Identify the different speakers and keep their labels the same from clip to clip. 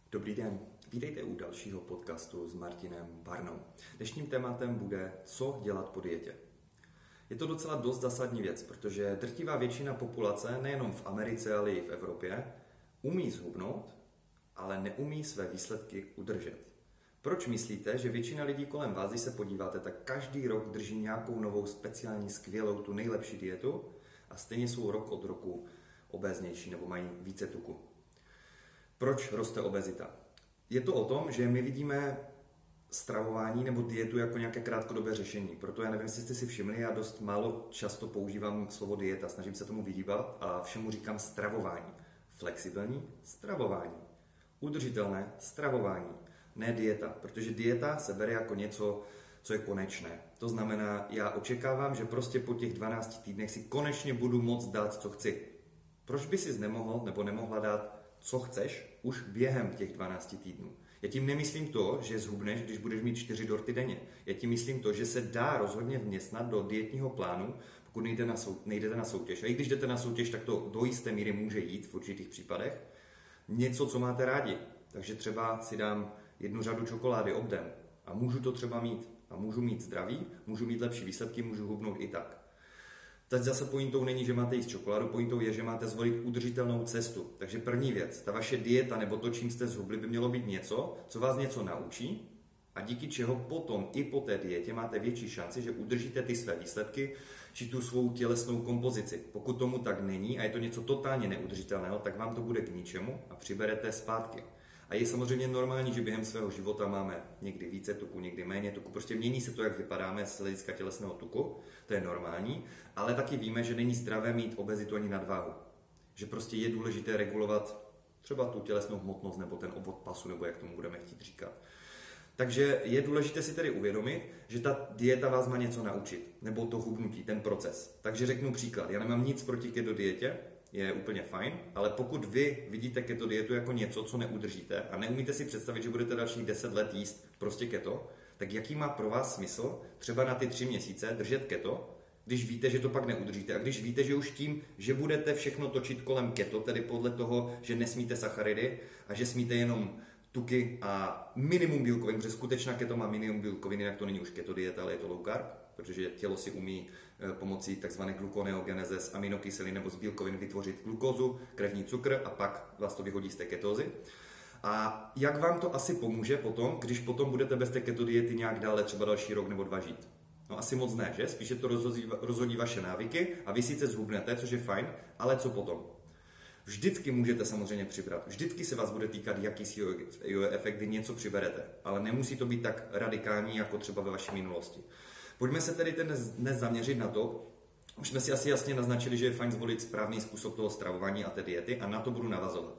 Speaker 1: Dobrý den, vítejte u dalšího podcastu s Martinem Barnou. Dnešním tématem bude, co dělat po dietě. Je to docela dost zásadní věc, protože drtivá většina populace, nejenom v Americe, ale i v Evropě, umí zhubnout, ale neumí své výsledky udržet. Proč myslíte, že většina lidí kolem vás, když se podíváte, tak každý rok drží nějakou novou speciální, skvělou, tu nejlepší dietu a stejně jsou rok od roku obéznější nebo mají více tuku? Proč roste obezita? Je to o tom, že my vidíme stravování nebo dietu jako nějaké krátkodobé řešení. Proto já nevím, jestli jste si všimli, já dost málo často používám slovo dieta, snažím se tomu vyhýbat a všemu říkám stravování. Flexibilní stravování. Udržitelné stravování. Ne dieta, protože dieta se bere jako něco, co je konečné. To znamená, já očekávám, že prostě po těch 12 týdnech si konečně budu moct dát, co chci. Proč by si nemohl nebo nemohla dát, co chceš, už během těch 12 týdnů? Já tím nemyslím to, že zhubneš, když budeš mít 4 dorty denně. Já tím myslím to, že se dá rozhodně vměstnat do dietního plánu, pokud nejdete na soutěž. A i když jdete na soutěž, tak to do jisté míry může jít v určitých případech. Něco, co máte rádi. Takže třeba si dám 1 řadu čokolády obden a můžu to třeba mít. A můžu mít zdraví, můžu mít lepší výsledky, můžu hubnout i tak. Teď zase pointou není, že máte jíst čokoládu, pointou je, že máte zvolit udržitelnou cestu. Takže první věc, ta vaše dieta nebo to, čím jste zhubli, by mělo být něco, co vás něco naučí a díky čeho potom i po té dietě máte větší šanci, že udržíte ty své výsledky či tu svou tělesnou kompozici. Pokud tomu tak není a je to něco totálně neudržitelného, tak vám to bude k ničemu a přiberete zpátky. A je samozřejmě normální, že během svého života máme někdy více tuku, někdy méně tuku. Prostě mění se to, jak vypadáme z hlediska tělesného tuku, to je normální, ale taky víme, že není zdravé mít obezitu ani nadváhu. Že prostě je důležité regulovat třeba tu tělesnou hmotnost nebo ten obvod pasu, nebo jak tomu budeme chtít říkat. Takže je důležité si tedy uvědomit, že ta dieta vás má něco naučit, nebo to hubnutí, ten proces. Takže řeknu příklad, já nemám nic proti keto dietě, je úplně fajn, ale pokud vy vidíte keto dietu jako něco, co neudržíte a neumíte si představit, že budete dalších 10 let jíst prostě keto, tak jaký má pro vás smysl třeba na ty 3 měsíce držet keto, když víte, že to pak neudržíte a když víte, že už tím, že budete všechno točit kolem keto, tedy podle toho, že nesmíte sacharidy a že smíte jenom tuky a minimum bílkovin, protože skutečná keto má minimum bílkovin, jinak to není už keto dieta, ale je to low carb, protože tělo si umí pomocí tzv. Glukoneogeneze z aminokyselin nebo z bílkovin vytvořit glukózu, krevní cukr a pak vás to vyhodí z té ketózy. A jak vám to asi pomůže potom, když potom budete bez té keto diety nějak dále třeba další rok nebo 2 žít? No asi moc ne, že? Spíše to rozhodí vaše návyky a vy sice zhubnete, což je fajn, ale co potom? Vždycky můžete samozřejmě přibrat, vždycky se vás bude týkat jakýsi efekt, kdy něco přiberete, ale nemusí to být tak radikální, jako třeba ve vaší minulosti. Pojďme se tedy dnes zaměřit na to, už jsme si asi jasně naznačili, že je fajn zvolit správný způsob toho stravování a té diety a na to budu navazovat.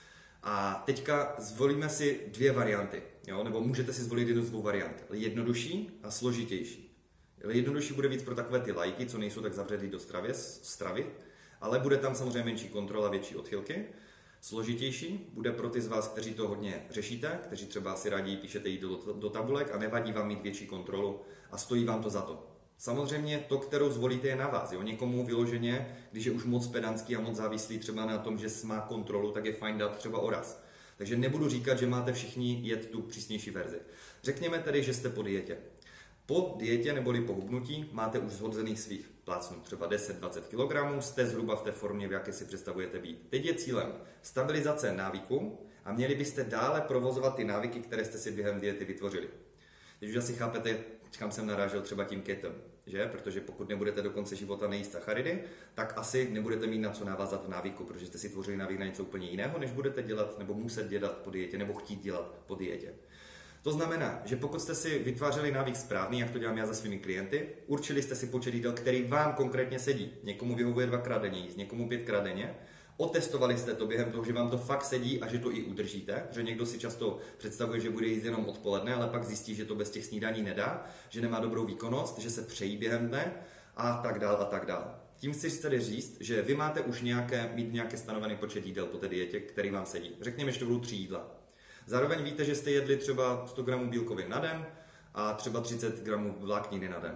Speaker 1: A teďka zvolíme si 2 varianty, jo? Nebo můžete si zvolit jednu z 2 variant, jednodušší a složitější. Jednodušší bude víc pro takové ty lajky, co nejsou tak zavřelí do stravy, ale bude tam samozřejmě menší kontrola, větší odchylky. Složitější bude pro ty z vás, kteří to hodně řešíte, kteří třeba si rádi píšete jídlo do tabulek a nevadí vám mít větší kontrolu a stojí vám to za to. Samozřejmě to, kterou zvolíte, je na vás. Jo? Někomu vyloženě, když je už moc pedantský a moc závislý třeba na tom, že má kontrolu, tak je fajn dát třeba oraz. Takže nebudu říkat, že máte všichni jet tu přísnější verzi. Řekněme tedy, že jste po dietě. Po dietě neboli po hubnutí máte už zhodzených svých plácnů, třeba 10-20 kg, jste zhruba v té formě, v jaké si představujete být. Teď je cílem stabilizace návyků a měli byste dále provozovat ty návyky, které jste si během diety vytvořili. Teď už asi chápete, kam jsem narážel třeba tím ketem, že? Protože pokud nebudete do konce života nejíst sacharidy, tak asi nebudete mít na co navázat v návyku, protože jste si tvořili návyk na něco úplně jiného, než budete dělat nebo muset dělat po dietě nebo chtít dělat po dietě. To znamená, že pokud jste si vytvářeli návyk správný, jak to dělám já se svými klienty, určili jste si počet jídel, který vám konkrétně sedí. Někomu vyhovuje 2krát denně jíst, někomu 5krát denně. Otestovali jste to během toho, že vám to fakt sedí a že to i udržíte, že někdo si často představuje, že bude jíst jenom odpoledne, ale pak zjistí, že to bez těch snídaní nedá, že nemá dobrou výkonnost, že se přejí během dne a tak dál a tak dál. Tím chci tedy říct, že vy máte už mít nějaké stanovený počet jídel po té dietě, který vám sedí. Řekněme, že to budou 3 jídla. Zároveň víte, že jste jedli třeba 100 gramů bílkovin na den a třeba 30 gramů vlákniny na den.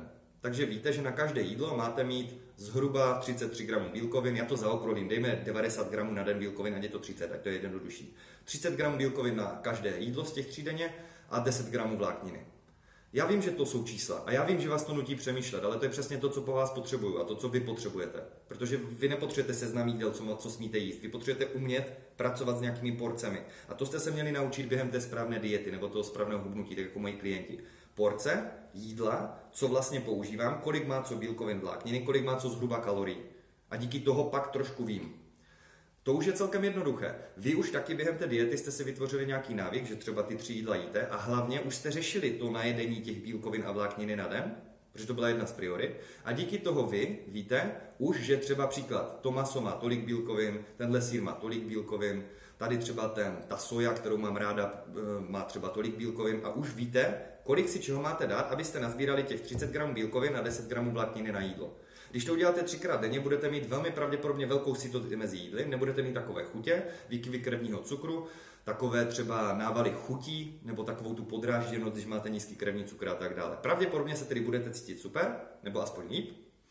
Speaker 1: takže víte, že na každé jídlo máte mít zhruba 33 gramů bílkovin, já to zaokrouhlím, dejme 90 gramů na den bílkovin, ať je to 30, tak to je jednodušší. 30 gramů bílkovin na každé jídlo z těch 3 denně a 10 gramů vlákniny. Já vím, že to jsou čísla a já vím, že vás to nutí přemýšlet, ale to je přesně to, co po vás potřebuju a to, co vy potřebujete. Protože vy nepotřebujete seznam jídel, co smíte jíst, vy potřebujete umět pracovat s nějakými porcemi. A to jste se měli naučit během té správné diety nebo toho správného hubnutí, tak jako moji klienti. Porce, jídla, co vlastně používám, kolik má co bílkovin, vlákniny, kolik má co zhruba kalorií. A díky toho pak trošku vím. To už je celkem jednoduché. Vy už taky během té diety jste si vytvořili nějaký návyk, že třeba ty 3 jídla jíte a hlavně už jste řešili to najedení těch bílkovin a vlákniny na den, protože to byla jedna z priorit. A díky toho vy víte už, že třeba příklad, to maso má tolik bílkovin, tenhle sýr má tolik bílkovin, tady třeba ta soja, kterou mám ráda, má třeba tolik bílkovin a už víte, kolik si čeho máte dát, abyste nazbírali těch 30 gramů bílkovin a 10 gramů vlákniny na jídlo. Když to uděláte 3krát denně, budete mít velmi pravděpodobně velkou sítost mezi jídly, nebudete mít takové chutě, výkyvy krevního cukru, takové třeba návaly chutí, nebo takovou tu podrážděnost, když máte nízký krevní cukr a tak dále. Pravděpodobně se tedy budete cítit super, nebo aspoň líp,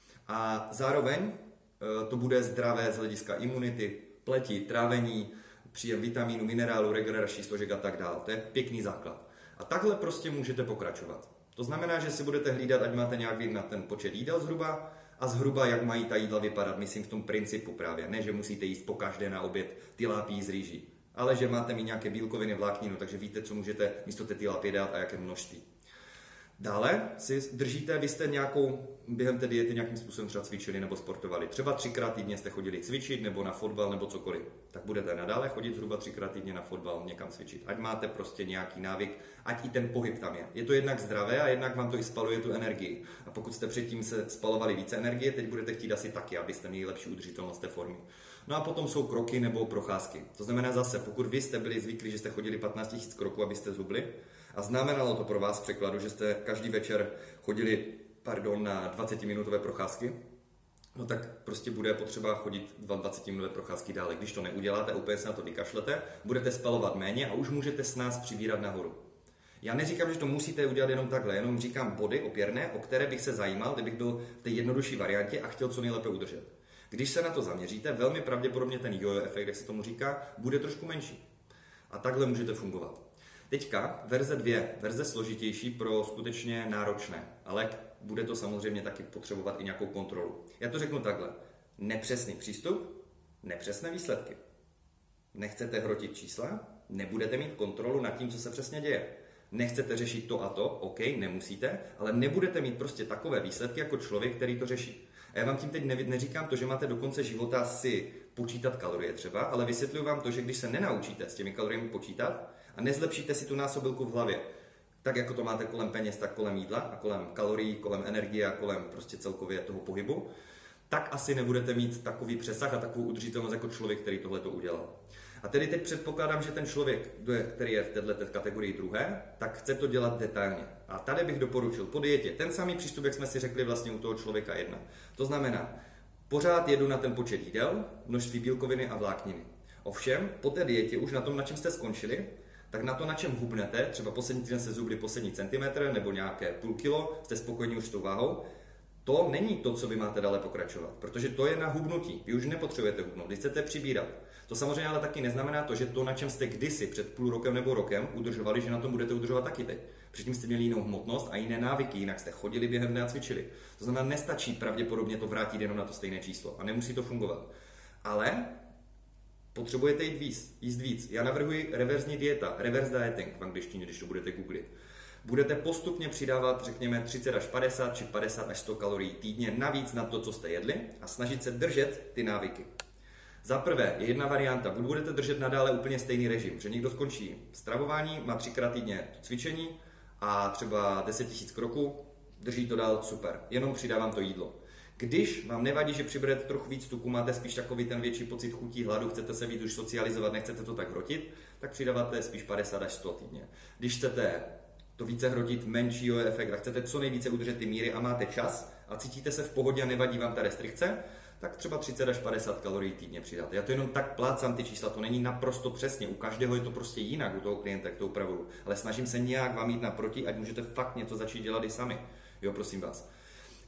Speaker 1: a zároveň to bude zdravé z hlediska imunity, pleti, trávení, příjem vitamínu, minerálu, regeneračních složek a tak dále. To je pěkný základ. A takhle prostě můžete pokračovat. To znamená, že si budete hlídat, ať máte nějak na ten počet jídel zhruba, a zhruba jak mají ta jídla vypadat, myslím v tom principu právě. Ne, že musíte jíst pokaždé na oběd tilápii z rýží, ale že máte mít nějaké bílkoviny, vlákninu, takže víte, co můžete místo té tilápie dát a jaké množství. Dále si držíte, vy jste během té diety nějakým způsobem třeba cvičili nebo sportovali. Třeba 3krát týdně jste chodili cvičit nebo na fotbal nebo cokoliv. Tak budete nadále chodit zhruba 3krát týdně na fotbal, někam cvičit. Ať máte prostě nějaký návyk, ať i ten pohyb tam je. Je to jednak zdravé a jednak vám to i spaluje tu energii. A pokud jste předtím se spalovali více energie, teď budete chtít asi taky, abyste měli lepší udržitelnost té formy. No a potom jsou kroky nebo procházky. To znamená zase, pokud vy jste byli zvyklí, že jste chodili 15 000 kroků, abyste zhubli, a znamenalo to pro vás v překladu, že jste každý večer chodili na 20-minutové procházky, no tak prostě bude potřeba chodit 20-minutové procházky dále. Když to neuděláte a úplně se na to vykašlete, budete spalovat méně a už můžete s nás přibírat nahoru. Já neříkám, že to musíte udělat jenom takhle, jenom říkám body opěrné, o které bych se zajímal, kdybych byl v té jednodušší variantě a chtěl co nejlépe udržet. Když se na to zaměříte, velmi pravděpodobně ten jojo efekt, jak se tomu říká, bude trošku menší. A takhle můžete fungovat. Teďka verze 2, verze složitější pro skutečně náročné, ale bude to samozřejmě taky potřebovat i nějakou kontrolu. Já to řeknu takhle. Nepřesný přístup, nepřesné výsledky. Nechcete hrotit čísla, nebudete mít kontrolu nad tím, co se přesně děje. Nechcete řešit to a to, OK, nemusíte, ale nebudete mít prostě takové výsledky jako člověk, který to řeší. A já vám tím teď neříkám to, že máte do konce života si počítat kalorie třeba, ale vysvětluji vám to, že když se nenaučíte s těmi kaloriemi počítat a nezlepšíte si tu násobilku v hlavě, tak jako to máte kolem peněz, tak kolem jídla a kolem kalorií, kolem energie a kolem prostě celkově toho pohybu, tak asi nebudete mít takový přesah a takovou udržitelnost jako člověk, který tohle to udělal. A tedy teď předpokládám, že ten člověk, který je v této kategorii druhé, tak chce to dělat detailně. A tady bych doporučil po dietě ten samý přístup, jak jsme si řekli vlastně u toho člověka 1. To znamená, pořád jedu na ten počet jídel, množství bílkoviny a vlákniny. Ovšem, po té dietě už na tom, na čem jste skončili, tak na to, na čem hubnete, třeba poslední týden se zhubli poslední centimetr nebo nějaké půl kilo, jste spokojení už s tou váhou, to není to, co vy máte dále pokračovat, protože to je na hubnutí. Vy už nepotřebujete hubnout, vy chcete přibírat. To samozřejmě ale taky neznamená to, že to, na čem jste kdysi před půl rokem nebo rokem udržovali, že na tom budete udržovat taky teď. Předtím jste měli jinou hmotnost a jiné návyky, jinak jste chodili během dne a cvičili. To znamená, nestačí pravděpodobně to vrátit jenom na to stejné číslo a nemusí to fungovat. Ale potřebujete jíst víc. Já navrhuji reverzní dieta, reverse dieting v angličtině, když to budete googlit. Budete postupně přidávat, řekněme, 30 až 50 či 50 až 100 kalorií týdně navíc na to, co jste jedli a snažit se držet ty návyky. Za prvé je jedna varianta, budete držet nadále úplně stejný režim, že někdo skončí stravování, má 3krát týdně cvičení a třeba 10 000 kroků, drží to dál, super, jenom přidávám to jídlo. Když vám nevadí, že přiberete trochu víc tuku, máte spíš takový ten větší pocit chutí, hladu, chcete se víc už socializovat, nechcete to tak hrotit, tak přidáváte spíš 50 až 100 týdně. Když chcete to více hrotit, menšího efekt a chcete co nejvíce udržet ty míry a máte čas a cítíte se v pohodě a nevadí vám ta restrikce, tak třeba 30 až 50 kalorií týdně přidáte. Já to jenom tak plácám ty čísla, to není naprosto přesně, u každého je to prostě jinak, u toho klienta, jak to upravuju, ale snažím se nějak vám jít naproti, ať můžete fakt něco začít dělat i sami. Jo, prosím vás.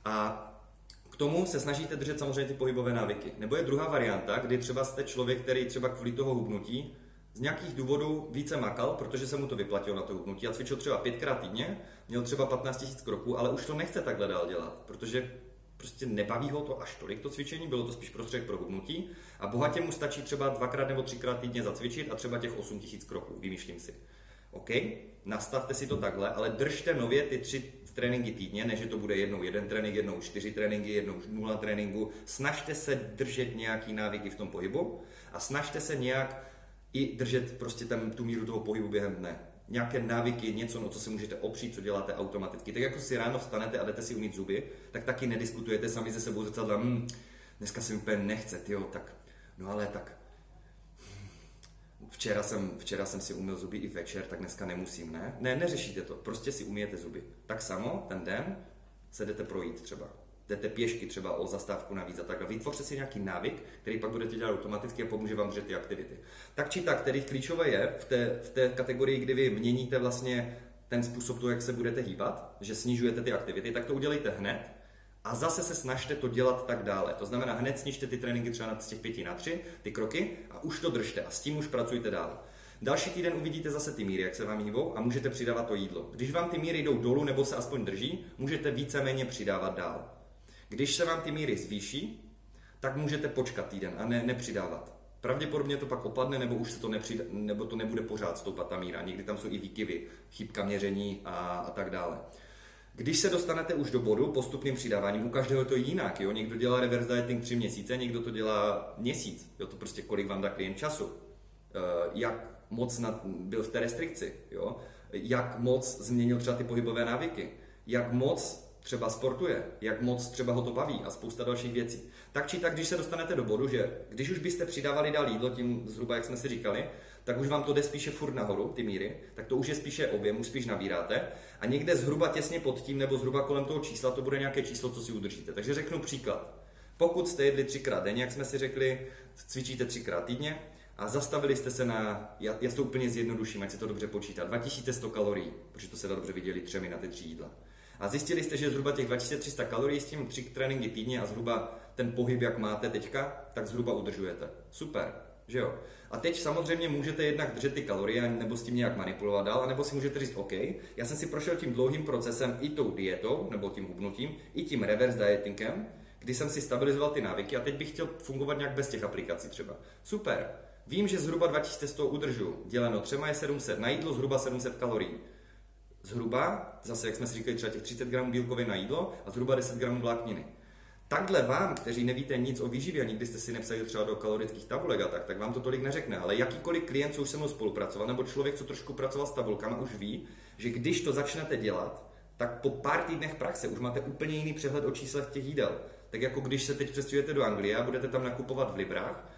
Speaker 1: A k tomu se snažíte držet samozřejmě ty pohybové návyky. Nebo je druhá varianta, kdy třeba jste člověk, který třeba kvůli toho hubnutí z nějakých důvodů více makal, protože se mu to vyplatilo na to hubnutí a cvičil třeba 5krát týdně, měl třeba 15 000 kroků, ale už to nechce takhle dál dělat, protože prostě nebaví ho to až tolik to cvičení, bylo to spíš prostředek pro hubnutí a bohatě mu stačí třeba 2krát nebo 3krát týdně zacvičit a třeba těch 8 000 kroků, vymýšlím si. OK, nastavte si to takhle, ale držte nově ty 3 tréninky týdně, než to bude jednou 1 trénink, jednou 4 tréninky, jednou 0 tréninku. Snažte se držet nějaký návyky v tom pohybu a snažte se nějak i držet prostě tu míru toho pohybu během dne. Nějaké návyky, něco, no co se můžete opřít, co děláte automaticky. Tak jako si ráno vstanete a jdete si umýt zuby, tak taky nediskutujete sami ze sebou zrcadla, dneska se mi úplně nechce, tak, no ale tak. Včera jsem si umyl zuby i večer, tak dneska nemusím, ne? Ne, neřešíte to, prostě si umyjete zuby. Tak samo, ten den se jdete projít třeba. Jdete pěšky třeba o zastávku navíc a takhle. Vytvořte si nějaký návyk, který pak budete dělat automaticky a pomůže vám držet ty aktivity. Tak či tak, tedy klíčové je v té kategorii, kdy vy měníte vlastně ten způsob toho, jak se budete hýbat, že snižujete ty aktivity, tak to udělejte hned a zase se snažte to dělat tak dále. To znamená, hned snižte ty tréninky třeba z těch 5 na 3, ty kroky a už to držte a s tím už pracujte dál. Další týden uvidíte zase ty míry, jak se vám hýbou a můžete přidávat to jídlo. Když vám ty míry jdou dolů nebo se aspoň drží, můžete víceméně přidávat dál. Když se vám ty míry zvýší, tak můžete počkat týden a nepřidávat. Pravděpodobně to pak opadne, nebo už se to nebo to nebude pořád stoupat ta míra. Někdy tam jsou i výkyvy, chybka měření a tak dále. Když se dostanete už do bodu postupným přidáváním, u každého je to jinak. Jo? Někdo dělá reverse dieting 3 měsíce, někdo to dělá měsíc. Jo? To prostě kolik vám dá klient času. Jak moc byl v té restrikci. Jo? Jak moc změnil třeba ty pohybové návyky. Jak moc třeba sportuje, jak moc třeba ho to baví a spousta dalších věcí. Tak či tak, když se dostanete do bodu, že když už byste přidávali dál jídlo, tím zhruba, jak jsme si říkali, tak už vám to jde spíše furt nahoru, ty míry, tak to už je spíše objem, už spíš nabíráte a někde zhruba těsně pod tím nebo zhruba kolem toho čísla to bude nějaké číslo, co si udržíte. Takže řeknu příklad. Pokud jste jedli 3krát denně, jak jsme si řekli, cvičíte 3krát týdně a zastavili jste se na, já to úplně zjednoduším, ať se to dobře počítá, 2100 kalorií, protože to se dá dobře viděli 3 na ty 3 jídla. A zjistili jste, že zhruba těch 2300 kalorií s tím 3 tréninky týdně a zhruba ten pohyb, jak máte teďka, tak zhruba udržujete. Super, že jo? A teď samozřejmě můžete jednak držet ty kalorie nebo s tím nějak manipulovat dál, nebo si můžete říct, OK, já jsem si prošel tím dlouhým procesem i tou dietou, nebo tím hubnutím, i tím reverse dietingem, kdy jsem si stabilizoval ty návyky a teď bych chtěl fungovat nějak bez těch aplikací třeba. Super, vím, že zhruba 2100 udržu, děleno 3 je 700, na jídlo zhruba 700 kalorií. Zhruba, zase jak jsme si říkali, třeba těch 30 gramů bílkovin na jídlo a zhruba 10 gramů vlákniny. Takhle vám, kteří nevíte nic o výživě a nikdy jste si nepsali třeba do kalorických tabulek a tak vám to tolik neřekne, ale jakýkoliv klient, co už se mnou spolupracoval, nebo člověk, co trošku pracoval s tabulkama, už ví, že když to začnete dělat, tak po pár týdnech praxe už máte úplně jiný přehled o číslech těch jídel. Tak jako když se teď přestěhujete do Anglie a budete tam nakupovat v librách,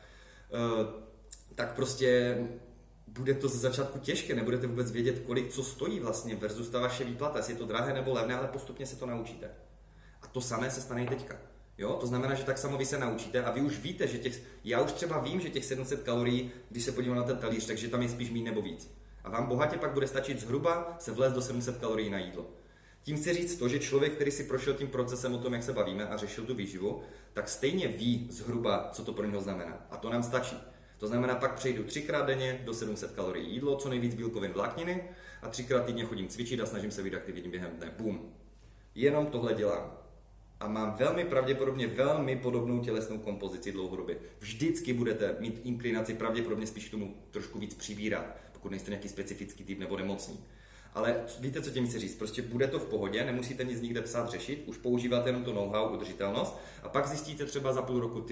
Speaker 1: tak prostě bude to ze začátku těžké, nebudete vůbec vědět, kolik co stojí vlastně versus ta vaše výplata, jestli je to drahé nebo levné, ale postupně se to naučíte. A to samé se stane i teďka. Jo? To znamená, že tak samo vy se naučíte a vy už víte, že já už třeba vím, že těch 700 kalorií, když se podívám na ten talíř, takže tam je spíš méně nebo víc. A vám bohatě pak bude stačit zhruba se vlézt do 700 kalorií na jídlo. Tím chci říct to, že člověk, který si prošel tím procesem o tom, jak se bavíme a řešil tu výživu, tak stejně ví zhruba, co to pro něho znamená. A to nám stačí. To znamená, pak přejdu 3krát denně do 700 kalorií jídlo, co nejvíc bílkovin, vlákniny a 3krát týdně chodím cvičit a snažím se být aktivní během dne. Bum. Jenom tohle dělám. A mám velmi pravděpodobně velmi podobnou tělesnou kompozici dlouhodobě. Vždycky budete mít inklinaci pravděpodobně spíš k tomu trošku víc přibírat, pokud nejste nějaký specifický typ nebo nemocný. Ale víte, co tím chci říct? Prostě bude to v pohodě, nemusíte nic nikde psát, řešit, už používáte jenom to know-how, udržitelnost a pak zjistíte třeba za půl roku,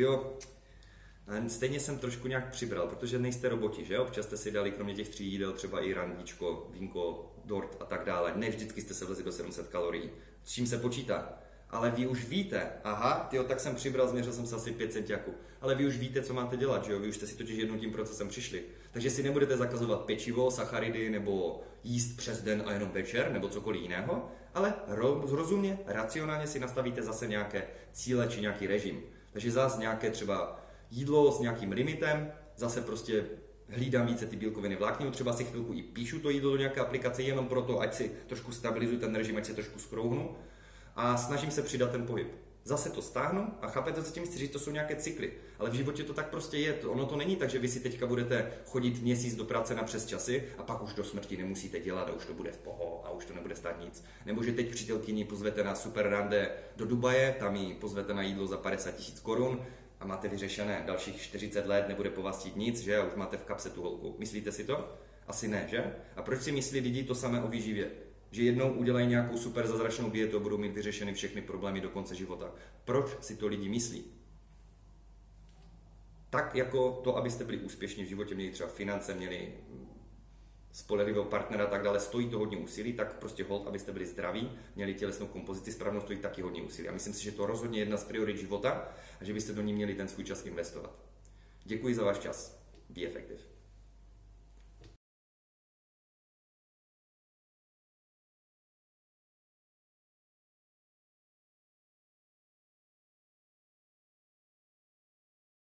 Speaker 1: stejně jsem trošku nějak přibral, protože nejste roboti, že? Občas jste si dali kromě těch 3 jídel třeba i randíčko, vínko, dort a tak dále. Ne vždycky jste se vlezli do 700 kalorií. S čím se počítá? Ale vy už víte, tak jsem přibral, změřil jsem se asi 5 centiaků. Ale vy už víte, co máte dělat, že jo? Vy už jste si totiž jednou tím procesem přišli. Takže si nebudete zakazovat pečivo, sacharidy nebo jíst přes den a jenom večer nebo cokoliv jiného, ale rozumně, racionálně si nastavíte zase nějaké cíle či nějaký režim. Takže zase nějaké třeba jídlo s nějakým limitem, zase prostě hlídám více ty bílkoviny, vlákninu, třeba si chvilku i píšu to jídlo do nějaké aplikace jenom proto, ať si trošku stabilizuju ten režim, ať se trošku skrouhnu. a snažím se přidat ten pohyb. Zase to stáhnu a chápete, co tím chci říct, to jsou nějaké cykly. Ale v životě to tak prostě je. Ono to není tak, že vy si teďka budete chodit měsíc do práce na přesčasy a pak už do smrti nemusíte dělat a už to bude v poho a už to nebude stát nic. Nebo že teď přítelkyni pozvete na super rande do Dubaje, tam ji pozvete na jídlo za 50 000 korun a máte vyřešené dalších 40 let, nebude po vás chtít nic, že? A už máte v kapse tu holku. Myslíte si to? Asi ne, že? A proč si myslí lidi to samé o výživě? Že jednou udělají nějakou super zázračnou dietu a budou mít vyřešeny všechny problémy do konce života. Proč si to lidi myslí? Tak jako to, abyste byli úspěšní v životě, měli třeba finance, měli spolehlivého partnera a tak dále, stojí to hodně úsilí, tak prostě hold, abyste byli zdraví, měli tělesnou kompozici správnou, stojí taky hodně úsilí. A myslím si, že to rozhodně jedna z priorit života a že byste do ní měli ten svůj čas investovat. Děkuji za váš čas. Be effective.